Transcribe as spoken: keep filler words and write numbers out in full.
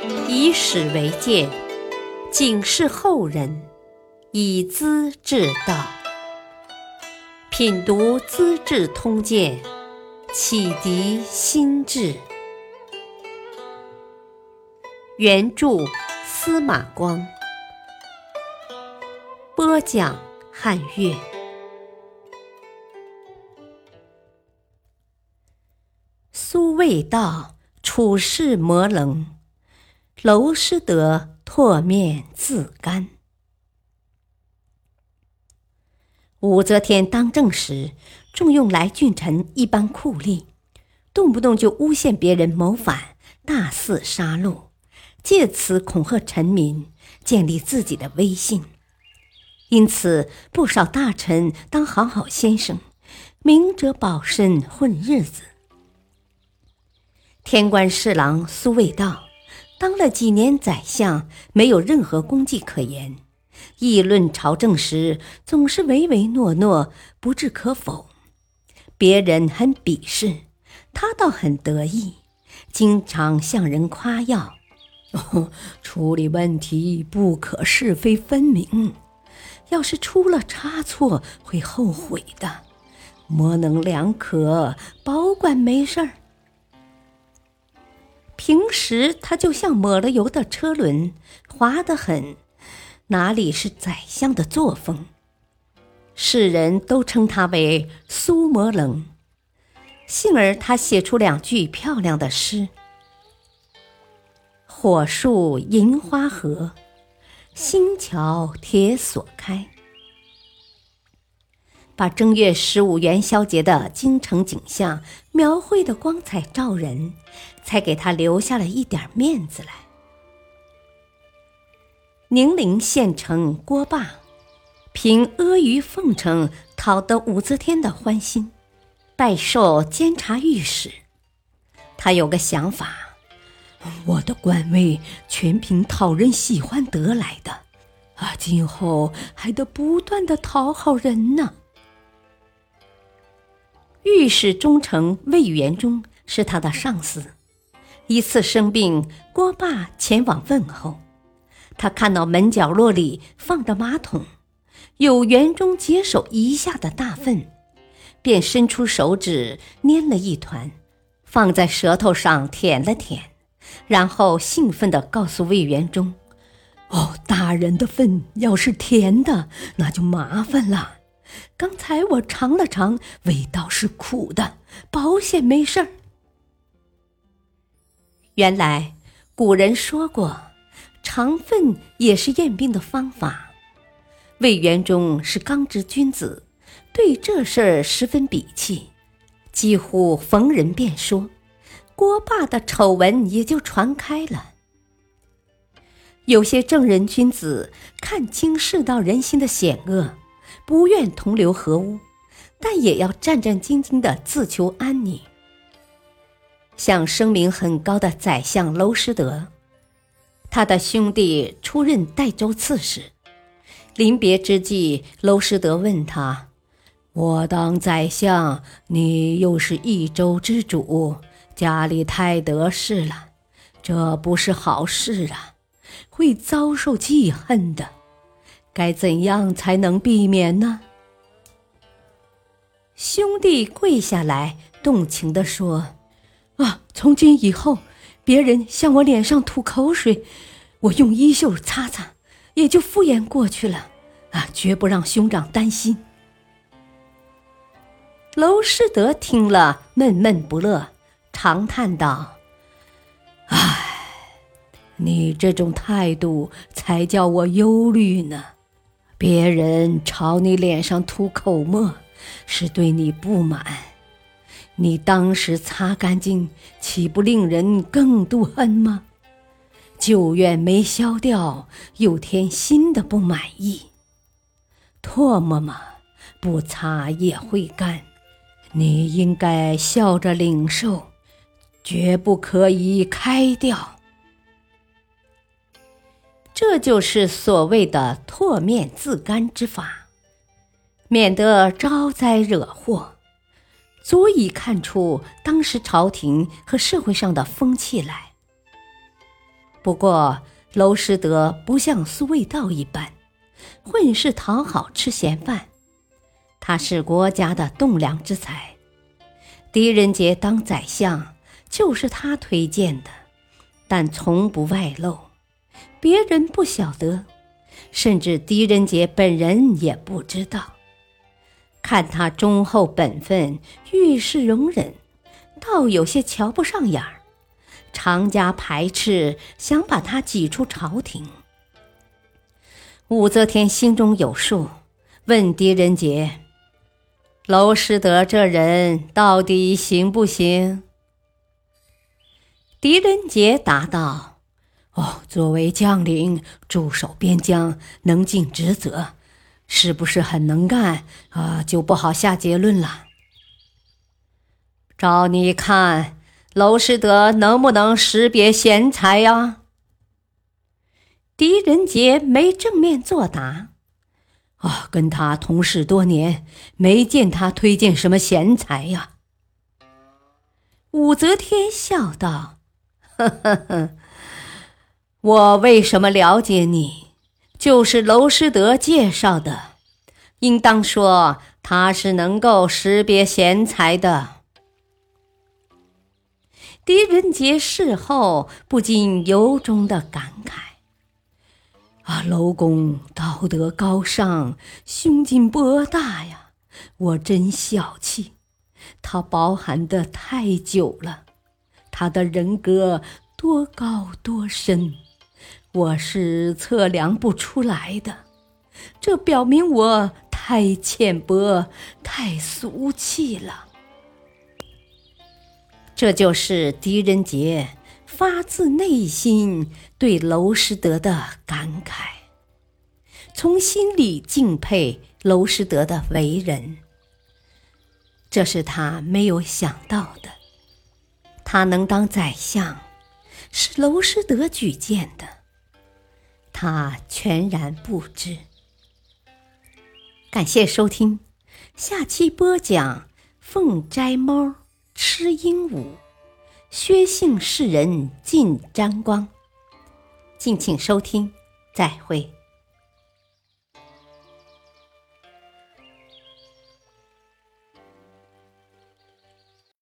以史为鉴，警示后人，以资治道。品读《资治通鉴》，启迪心智。原著司马光，播讲汉乐。苏味道处事模棱，娄师德唾面自干。武则天当政时，重用来俊臣一般酷吏，动不动就诬陷别人谋反，大肆杀戮，借此恐吓臣民，建立自己的威信。因此不少大臣当好好先生，明哲保身混日子。天官侍郎苏味道当了几年宰相，没有任何功绩可言，议论朝政时总是唯唯诺诺，不置可否。别人很鄙视，他倒很得意，经常向人夸耀、哦、处理问题不可是非分明，要是出了差错会后悔的，模棱两可，保管没事儿。平时他就像抹了油的车轮，滑得很，哪里是宰相的作风？世人都称他为苏模棱。幸而他写出两句漂亮的诗：火树银花合，新桥铁锁开。把正月十五元宵节的京城景象描绘得光彩照人，才给他留下了一点面子来。宁陵县丞郭霸凭阿谀奉承讨得武则天的欢心，拜授监察御史。他有个想法，我的官位全凭讨人喜欢得来的啊，今后还得不断地讨好人呢。御史中丞魏元忠是他的上司，一次生病，郭霸前往问候。他看到门角落里放着马桶，有元忠解手一下的大粪，便伸出手指捏了一团，放在舌头上舔了舔，然后兴奋地告诉魏元忠：哦，大人的粪要是甜的，那就麻烦了。刚才我尝了尝，味道是苦的，保险没事儿。原来古人说过，尝粪也是验病的方法。魏元忠是刚直君子，对这事儿十分鄙弃，几乎逢人便说，郭霸的丑闻也就传开了。有些正人君子看清世道人心的险恶，不愿同流合污，但也要战战兢兢地自求安宁。像声名很高的宰相娄师德，他的兄弟出任代州刺史，临别之际，娄师德问他：我当宰相，你又是一州之主，家里太得势了，这不是好事啊，会遭受记恨的，该怎样才能避免呢？兄弟跪下来，动情地说：啊，从今以后，别人向我脸上吐口水，我用衣袖擦擦，也就敷衍过去了，啊，绝不让兄长担心。娄师德听了，闷闷不乐，长叹道：唉，你这种态度才叫我忧虑呢。别人朝你脸上吐口沫，是对你不满，你当时擦干净，岂不令人更妒恨吗？旧怨没消掉，又添新的不满意。唾沫嘛，不擦也会干，你应该笑着领受，绝不可以开掉。这就是所谓的唾面自干之法，免得招灾惹祸，足以看出当时朝廷和社会上的风气来。 不过娄师德不像苏味道一般混世讨好吃闲饭，他是国家的栋梁之才，狄仁杰当宰相就是他推荐的，但从不外露，别人不晓得，甚至狄仁杰本人也不知道。看他忠厚本分，遇事容忍，倒有些瞧不上眼儿，常加排斥，想把他挤出朝廷。武则天心中有数，问狄仁杰：娄师德这人到底行不行？狄仁杰答道：哦，作为将领驻守边疆，能尽职责，是不是很能干啊、呃，就不好下结论了。照你看，娄师德能不能识别贤才呀？狄仁杰没正面作答。啊，跟他同事多年，没见他推荐什么贤才呀。武则天笑道：呵呵呵，我为什么了解你，就是娄师德介绍的，应当说他是能够识别贤才的。狄仁杰事后不禁由衷的感慨：啊，娄公道德高尚，胸襟博大呀，我真小气，他包含的太久了，他的人格多高多深，我是测量不出来的，这表明我太浅薄，太俗气了。这就是狄仁杰发自内心对娄师德的感慨，从心里敬佩娄师德的为人。这是他没有想到的，他能当宰相，是娄师德举荐的，他全然不知。感谢收听，下期播讲凤摘猫吃鹦鹉，薛姓士人尽沾光。敬请收听，再会。